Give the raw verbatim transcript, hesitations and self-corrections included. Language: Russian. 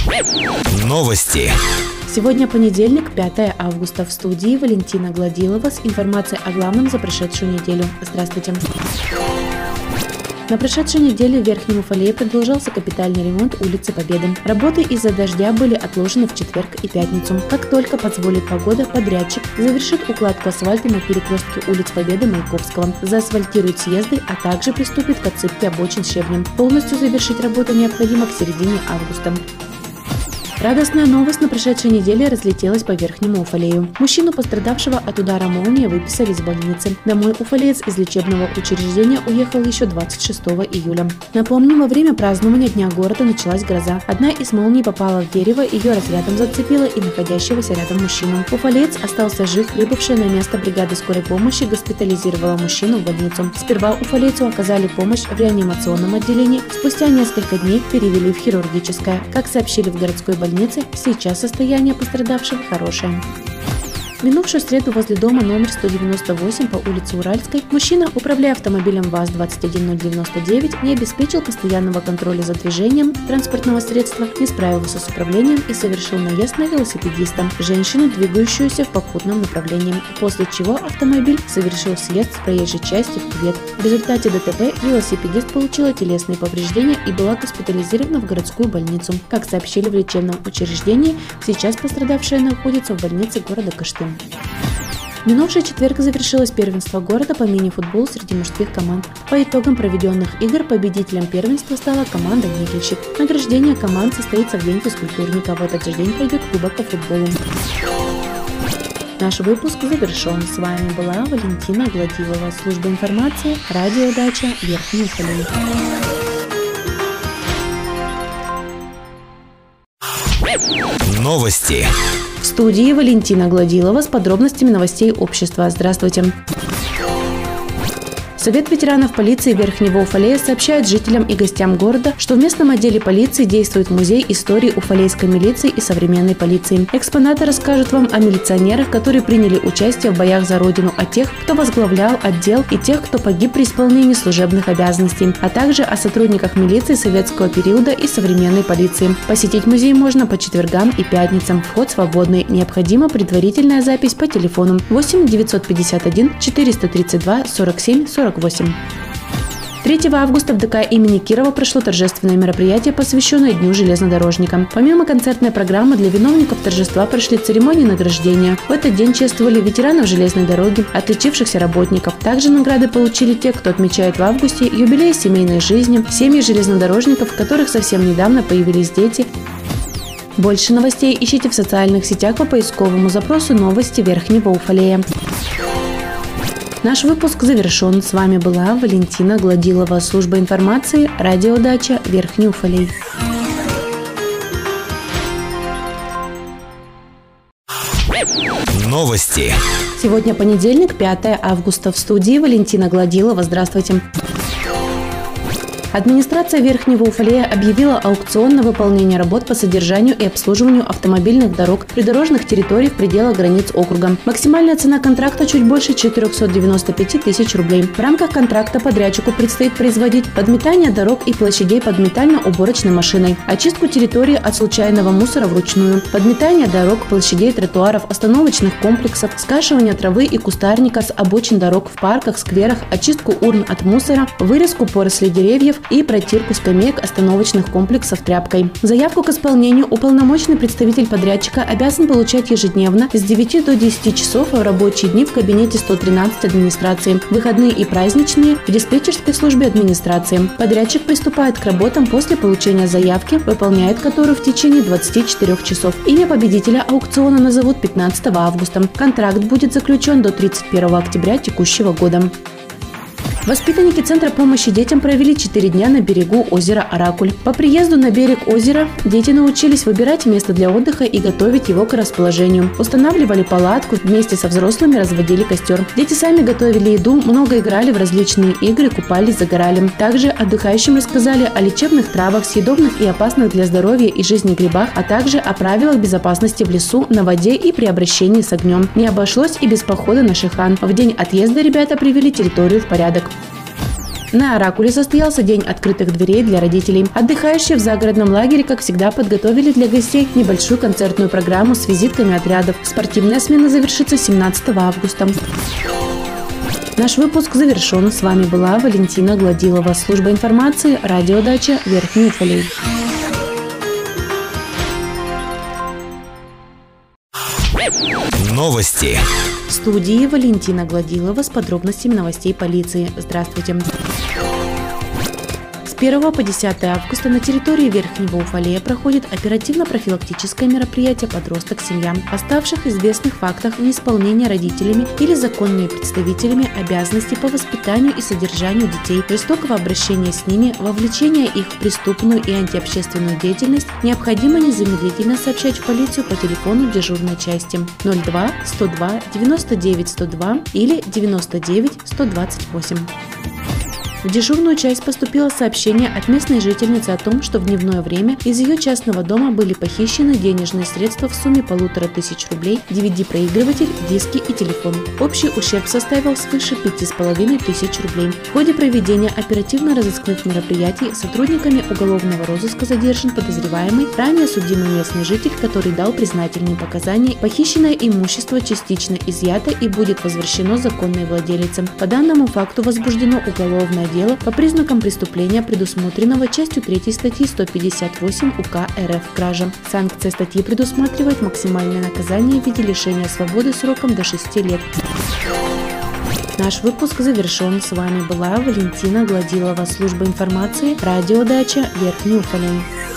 Новости. Сегодня понедельник, пятое августа. В студии Валентина Гладилова с информацией о главном за прошедшую неделю. Здравствуйте. На прошедшей неделе в Верхнем Уфалее продолжался капитальный ремонт улицы Победы. Работы из-за дождя были отложены в четверг и пятницу. Как только позволит погода, подрядчик завершит укладку асфальта на перекрестке улиц Победы Маяковского, заасфальтирует съезды, а также приступит к отсыпке обочин щебнем. Полностью завершить работу необходимо к середине августа. Радостная новость на прошедшей неделе разлетелась по Верхнему Уфалею. Мужчину, пострадавшего от удара молнии, выписали из больницы. Домой уфалеец из лечебного учреждения уехал еще двадцать шестого июля. Напомним, во время празднования Дня города началась гроза. Одна из молний попала в дерево, ее разрядом зацепила и находящегося рядом мужчину. Уфалеец остался жив, прибывшая на место бригады скорой помощи госпитализировала мужчину в больницу. Сперва уфалейцу оказали помощь в реанимационном отделении, спустя несколько дней перевели в хирургическое. Как сообщили в городской больнице, сейчас состояние пострадавшего хорошее. В минувшую среду возле дома номер сто девяносто восемь по улице Уральской мужчина, управляя автомобилем ВАЗ двадцать один ноль девяносто девять, не обеспечил постоянного контроля за движением транспортного средства, не справился с управлением и совершил наезд на велосипедиста, женщину, двигающуюся в попутном направлении, после чего автомобиль совершил съезд с проезжей части в кювет. В результате ДТП велосипедист получила телесные повреждения и была госпитализирована в городскую больницу. Как сообщили в лечебном учреждении, сейчас пострадавшая находится в больнице города Кыштым. В минувший четверг завершилось первенство города по мини-футболу среди мужских команд. По итогам проведенных игр победителем первенства стала команда «Нигельщик». Награждение команд состоится в день физкультурника. В этот же день пройдет кубок по футболу. Наш выпуск завершен. С вами была Валентина Гладилова. Служба информации, радиодача Верхний Уфалей. Новости. В студии Валентина Гладилова с подробностями новостей общества. Здравствуйте. Совет ветеранов полиции Верхнего Уфалея сообщает жителям и гостям города, что в местном отделе полиции действует музей истории уфалейской милиции и современной полиции. Экспонаты расскажут вам о милиционерах, которые приняли участие в боях за родину, о тех, кто возглавлял отдел и тех, кто погиб при исполнении служебных обязанностей, а также о сотрудниках милиции советского периода и современной полиции. Посетить музей можно по четвергам и пятницам. Вход свободный. Необходима предварительная запись по телефону восемь девятьсот пятьдесят один четыреста тридцать два сорок семь сорок восемь. третьего августа в ДК имени Кирова прошло торжественное мероприятие, посвященное Дню железнодорожника. Помимо концертной программы, для виновников торжества прошли церемонии награждения. В этот день чествовали ветеранов железной дороги, отличившихся работников. Также награды получили те, кто отмечает в августе юбилей семейной жизни, семьи железнодорожников, в которых совсем недавно появились дети. Больше новостей ищите в социальных сетях по поисковому запросу «Новости Верхнего Уфалея». Наш выпуск завершен. С вами была Валентина Гладилова. Служба информации, радиодача Верхний Уфалей. Новости. Сегодня понедельник, пятое августа. В студии Валентина Гладилова. Здравствуйте. Администрация Верхнего Уфалея объявила аукцион на выполнение работ по содержанию и обслуживанию автомобильных дорог придорожных территорий в пределах границ округа. Максимальная цена контракта чуть больше четырёхсот девяноста пяти тысяч рублей. В рамках контракта подрядчику предстоит производить подметание дорог и площадей подметально-уборочной машиной, очистку территории от случайного мусора вручную, подметание дорог, площадей, тротуаров, остановочных комплексов, скашивание травы и кустарника с обочин дорог в парках, скверах, очистку урн от мусора, вырезку порослей деревьев и протирку скамеек остановочных комплексов тряпкой. Заявку к исполнению уполномоченный представитель подрядчика обязан получать ежедневно с девяти до десяти часов в рабочие дни в кабинете сто тринадцать администрации, выходные и праздничные в диспетчерской службе администрации. Подрядчик приступает к работам после получения заявки, выполняет которую в течение двадцати четырёх часов. Имя победителя аукциона назовут пятнадцатого августа. Контракт будет заключен до тридцать первого октября текущего года. Воспитанники Центра помощи детям провели четыре дня на берегу озера Оракуль. По приезду на берег озера дети научились выбирать место для отдыха и готовить его к расположению. Устанавливали палатку, вместе со взрослыми разводили костер. Дети сами готовили еду, много играли в различные игры, купались, загорали. Также отдыхающим рассказали о лечебных травах, съедобных и опасных для здоровья и жизни грибах, а также о правилах безопасности в лесу, на воде и при обращении с огнем. Не обошлось и без похода на Шихан. В день отъезда ребята привели территорию в порядок. На Оракуле состоялся день открытых дверей для родителей. Отдыхающие в загородном лагере, как всегда, подготовили для гостей небольшую концертную программу с визитками отрядов. Спортивная смена завершится семнадцатого августа. Наш выпуск завершен. С вами была Валентина Гладилова. Служба информации, радиодача Верхний Уфалей. Новости. В студии Валентина Гладилова с подробностями новостей полиции. Здравствуйте. С первого по десятое августа на территории Верхнего Уфалея проходит оперативно-профилактическое мероприятие «Подросток. Семья». О ставших известных фактах неисполнения родителями или законными представителями обязанностей по воспитанию и содержанию детей, жестокого обращения с ними, вовлечения их в преступную и антиобщественную деятельность необходимо незамедлительно сообщать в полицию по телефону дежурной части ноль два сто два девяносто девять сто два или девяносто девять сто двадцать восемь. В дежурную часть поступило сообщение от местной жительницы о том, что в дневное время из ее частного дома были похищены денежные средства в сумме полутора тысяч рублей, ди ви ди-проигрыватель, диски и телефон. Общий ущерб составил свыше пяти с половиной тысяч рублей. В ходе проведения оперативно-розыскных мероприятий сотрудниками уголовного розыска задержан подозреваемый, ранее судимый местный житель, который дал признательные показания. Похищенное имущество частично изъято и будет возвращено законной владелице. По данному факту возбуждено уголовное дело по признакам преступления, предусмотренного частью третьей статьи сто пятьдесят восемь УК РФ «Кража». Санкция статьи предусматривает максимальное наказание в виде лишения свободы сроком до шести лет. Наш выпуск завершен. С вами была Валентина Гладилова. Служба информации, радиодача Верхний Уфалей.